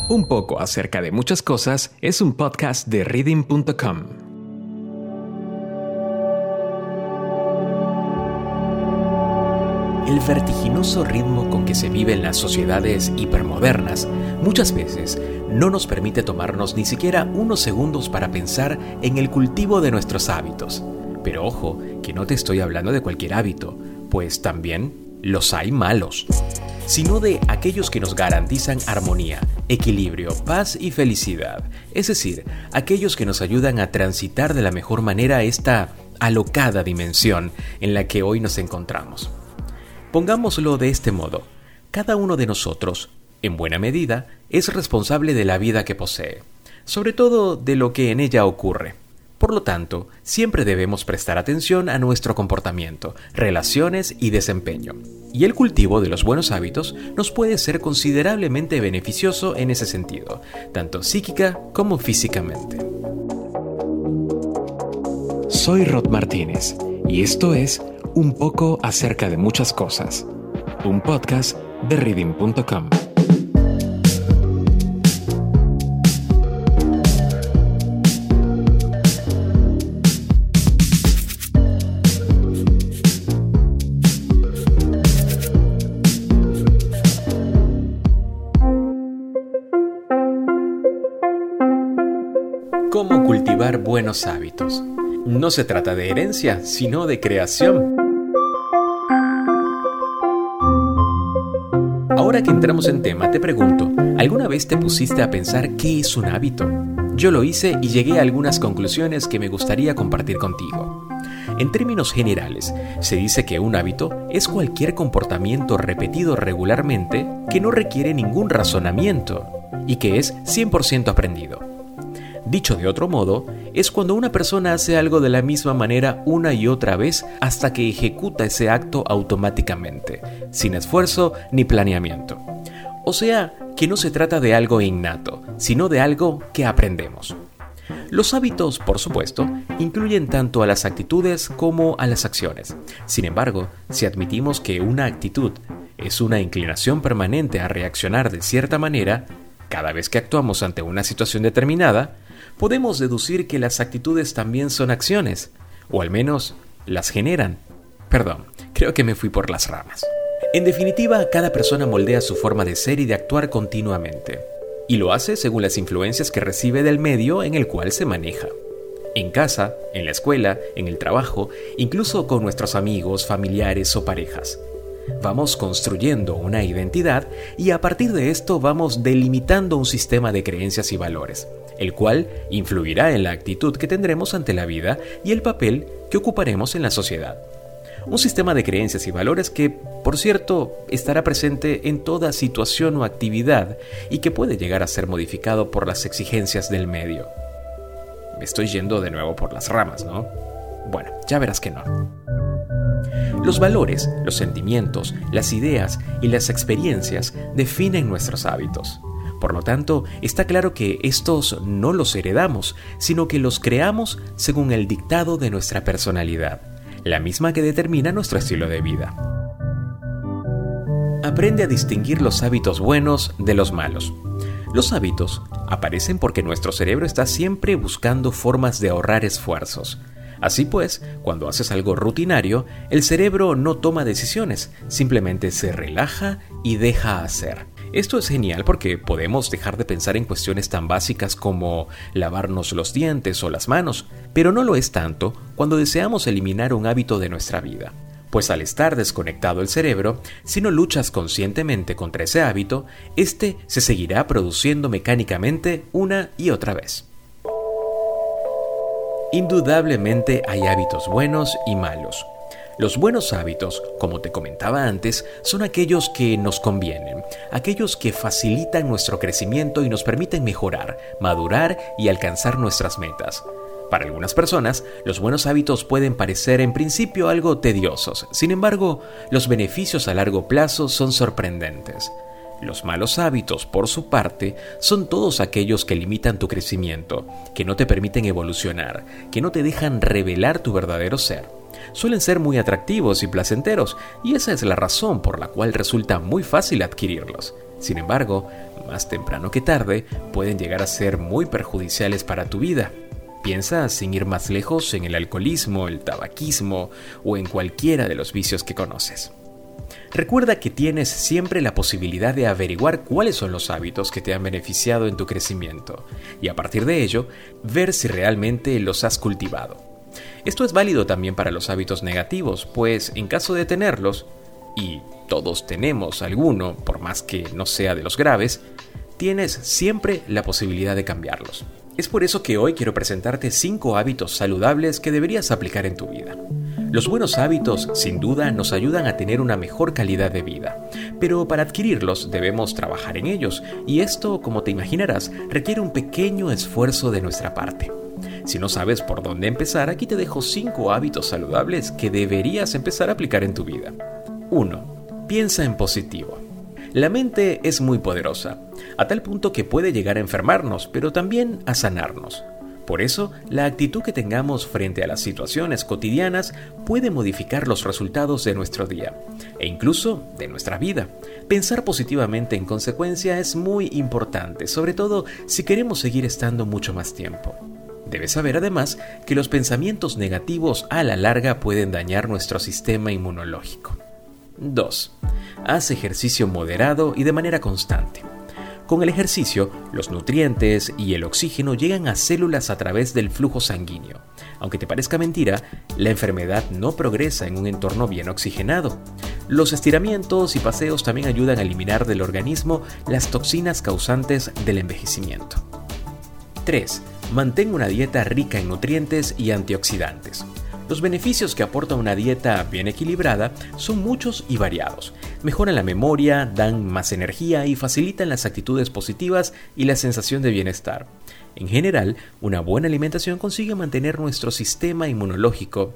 Un poco acerca de muchas cosas es un podcast de Reading.com. El vertiginoso ritmo con que se vive en las sociedades hipermodernas muchas veces no nos permite tomarnos ni siquiera unos segundos para pensar en el cultivo de nuestros hábitos. Pero ojo, que no te estoy hablando de cualquier hábito, pues también los hay malos, sino de aquellos que nos garantizan armonía, equilibrio, paz y felicidad. Es decir, aquellos que nos ayudan a transitar de la mejor manera esta alocada dimensión en la que hoy nos encontramos. Pongámoslo de este modo: cada uno de nosotros, en buena medida, es responsable de la vida que posee, sobre todo de lo que en ella ocurre. Por lo tanto, siempre debemos prestar atención a nuestro comportamiento, relaciones y desempeño. Y el cultivo de los buenos hábitos nos puede ser considerablemente beneficioso en ese sentido, tanto psíquica como físicamente. Soy Rod Martínez y esto es Un poco acerca de muchas cosas, un podcast de Reading.com. ¿Cómo cultivar buenos hábitos? No se trata de herencia, sino de creación. Ahora que entramos en tema, te pregunto, ¿alguna vez te pusiste a pensar qué es un hábito? Yo lo hice y llegué a algunas conclusiones que me gustaría compartir contigo. En términos generales, se dice que un hábito es cualquier comportamiento repetido regularmente que no requiere ningún razonamiento y que es 100% aprendido. Dicho de otro modo, es cuando una persona hace algo de la misma manera una y otra vez hasta que ejecuta ese acto automáticamente, sin esfuerzo ni planeamiento. O sea, que no se trata de algo innato, sino de algo que aprendemos. Los hábitos, por supuesto, incluyen tanto a las actitudes como a las acciones. Sin embargo, si admitimos que una actitud es una inclinación permanente a reaccionar de cierta manera, cada vez que actuamos ante una situación determinada, podemos deducir que las actitudes también son acciones, o al menos las generan. Perdón, creo que me fui por las ramas. En definitiva, cada persona moldea su forma de ser y de actuar continuamente, y lo hace según las influencias que recibe del medio en el cual se maneja. En casa, en la escuela, en el trabajo, incluso con nuestros amigos, familiares o parejas. Vamos construyendo una identidad y a partir de esto vamos delimitando un sistema de creencias y valores, el cual influirá en la actitud que tendremos ante la vida y el papel que ocuparemos en la sociedad. Un sistema de creencias y valores que, por cierto, estará presente en toda situación o actividad y que puede llegar a ser modificado por las exigencias del medio. Me estoy yendo de nuevo por las ramas, ¿no? Bueno, ya verás que no. Los valores, los sentimientos, las ideas y las experiencias definen nuestros hábitos. Por lo tanto, está claro que estos no los heredamos, sino que los creamos según el dictado de nuestra personalidad, la misma que determina nuestro estilo de vida. Aprende a distinguir los hábitos buenos de los malos. Los hábitos aparecen porque nuestro cerebro está siempre buscando formas de ahorrar esfuerzos. Así pues, cuando haces algo rutinario, el cerebro no toma decisiones, simplemente se relaja y deja hacer. Esto es genial porque podemos dejar de pensar en cuestiones tan básicas como lavarnos los dientes o las manos, pero no lo es tanto cuando deseamos eliminar un hábito de nuestra vida. Pues al estar desconectado el cerebro, si no luchas conscientemente contra ese hábito, este se seguirá produciendo mecánicamente una y otra vez. Indudablemente hay hábitos buenos y malos. Los buenos hábitos, como te comentaba antes, son aquellos que nos convienen, aquellos que facilitan nuestro crecimiento y nos permiten mejorar, madurar y alcanzar nuestras metas. Para algunas personas, los buenos hábitos pueden parecer en principio algo tediosos. Sin embargo, los beneficios a largo plazo son sorprendentes. Los malos hábitos, por su parte, son todos aquellos que limitan tu crecimiento, que no te permiten evolucionar, que no te dejan revelar tu verdadero ser. Suelen ser muy atractivos y placenteros, y esa es la razón por la cual resulta muy fácil adquirirlos. Sin embargo, más temprano que tarde, pueden llegar a ser muy perjudiciales para tu vida. Piensa, sin ir más lejos, en el alcoholismo, el tabaquismo o en cualquiera de los vicios que conoces. Recuerda que tienes siempre la posibilidad de averiguar cuáles son los hábitos que te han beneficiado en tu crecimiento y a partir de ello, ver si realmente los has cultivado. Esto es válido también para los hábitos negativos, pues en caso de tenerlos, y todos tenemos alguno, por más que no sea de los graves, tienes siempre la posibilidad de cambiarlos. Es por eso que hoy quiero presentarte 5 hábitos saludables que deberías aplicar en tu vida. Los buenos hábitos, sin duda, nos ayudan a tener una mejor calidad de vida, pero para adquirirlos debemos trabajar en ellos, y esto, como te imaginarás, requiere un pequeño esfuerzo de nuestra parte. Si no sabes por dónde empezar, aquí te dejo 5 hábitos saludables que deberías empezar a aplicar en tu vida. 1. Piensa en positivo. La mente es muy poderosa, a tal punto que puede llegar a enfermarnos, pero también a sanarnos. Por eso, la actitud que tengamos frente a las situaciones cotidianas puede modificar los resultados de nuestro día, e incluso de nuestra vida. Pensar positivamente en consecuencia es muy importante, sobre todo si queremos seguir estando mucho más tiempo. Debes saber además que los pensamientos negativos a la larga pueden dañar nuestro sistema inmunológico. 2. Haz ejercicio moderado y de manera constante. Con el ejercicio, los nutrientes y el oxígeno llegan a células a través del flujo sanguíneo. Aunque te parezca mentira, la enfermedad no progresa en un entorno bien oxigenado. Los estiramientos y paseos también ayudan a eliminar del organismo las toxinas causantes del envejecimiento. 3. Mantén una dieta rica en nutrientes y antioxidantes. Los beneficios que aporta una dieta bien equilibrada son muchos y variados. Mejoran la memoria, dan más energía y facilitan las actitudes positivas y la sensación de bienestar. En general, una buena alimentación consigue mantener nuestro sistema inmunológico,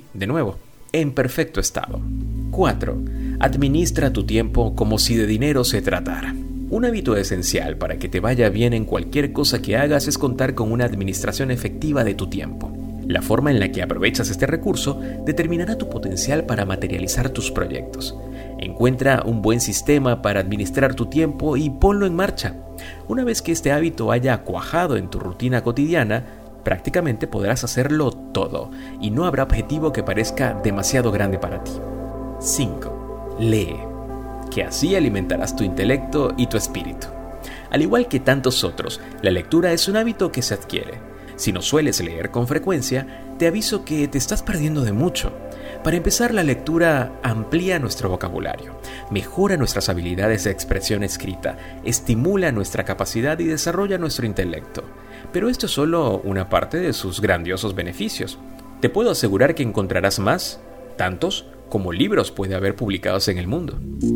en perfecto estado. 4. Administra tu tiempo como si de dinero se tratara. Un hábito esencial para que te vaya bien en cualquier cosa que hagas es contar con una administración efectiva de tu tiempo. La forma en la que aprovechas este recurso determinará tu potencial para materializar tus proyectos. Encuentra un buen sistema para administrar tu tiempo y ponlo en marcha. Una vez que este hábito haya cuajado en tu rutina cotidiana, prácticamente podrás hacerlo todo y no habrá objetivo que parezca demasiado grande para ti. 5. Lee, que así alimentarás tu intelecto y tu espíritu. Al igual que tantos otros, la lectura es un hábito que se adquiere. Si no sueles leer con frecuencia, te aviso que te estás perdiendo de mucho. Para empezar, la lectura amplía nuestro vocabulario, mejora nuestras habilidades de expresión escrita, estimula nuestra capacidad y desarrolla nuestro intelecto. Pero esto es solo una parte de sus grandiosos beneficios. Te puedo asegurar que encontrarás más, tantos como libros puede haber publicados en el mundo.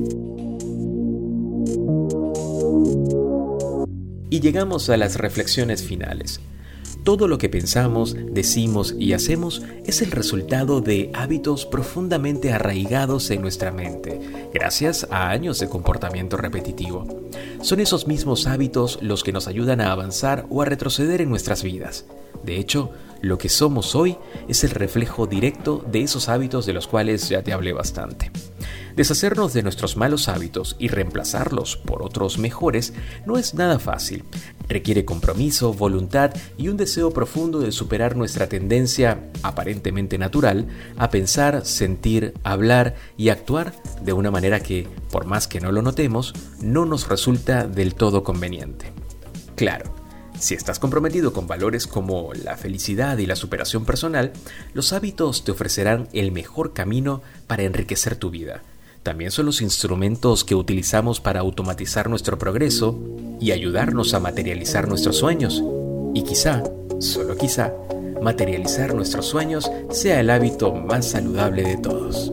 Y llegamos a las reflexiones finales. Todo lo que pensamos, decimos y hacemos es el resultado de hábitos profundamente arraigados en nuestra mente, gracias a años de comportamiento repetitivo. Son esos mismos hábitos los que nos ayudan a avanzar o a retroceder en nuestras vidas. De hecho, lo que somos hoy es el reflejo directo de esos hábitos de los cuales ya te hablé bastante. Deshacernos de nuestros malos hábitos y reemplazarlos por otros mejores no es nada fácil. Requiere compromiso, voluntad y un deseo profundo de superar nuestra tendencia, aparentemente natural, a pensar, sentir, hablar y actuar de una manera que, por más que no lo notemos, no nos resulta del todo conveniente. Claro, si estás comprometido con valores como la felicidad y la superación personal, los hábitos te ofrecerán el mejor camino para enriquecer tu vida. También son los instrumentos que utilizamos para automatizar nuestro progreso y ayudarnos a materializar nuestros sueños. Y quizá, solo quizá, materializar nuestros sueños sea el hábito más saludable de todos.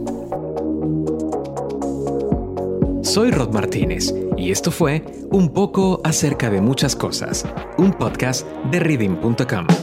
Soy Rod Martínez y esto fue Un poco acerca de muchas cosas, un podcast de Reading.com.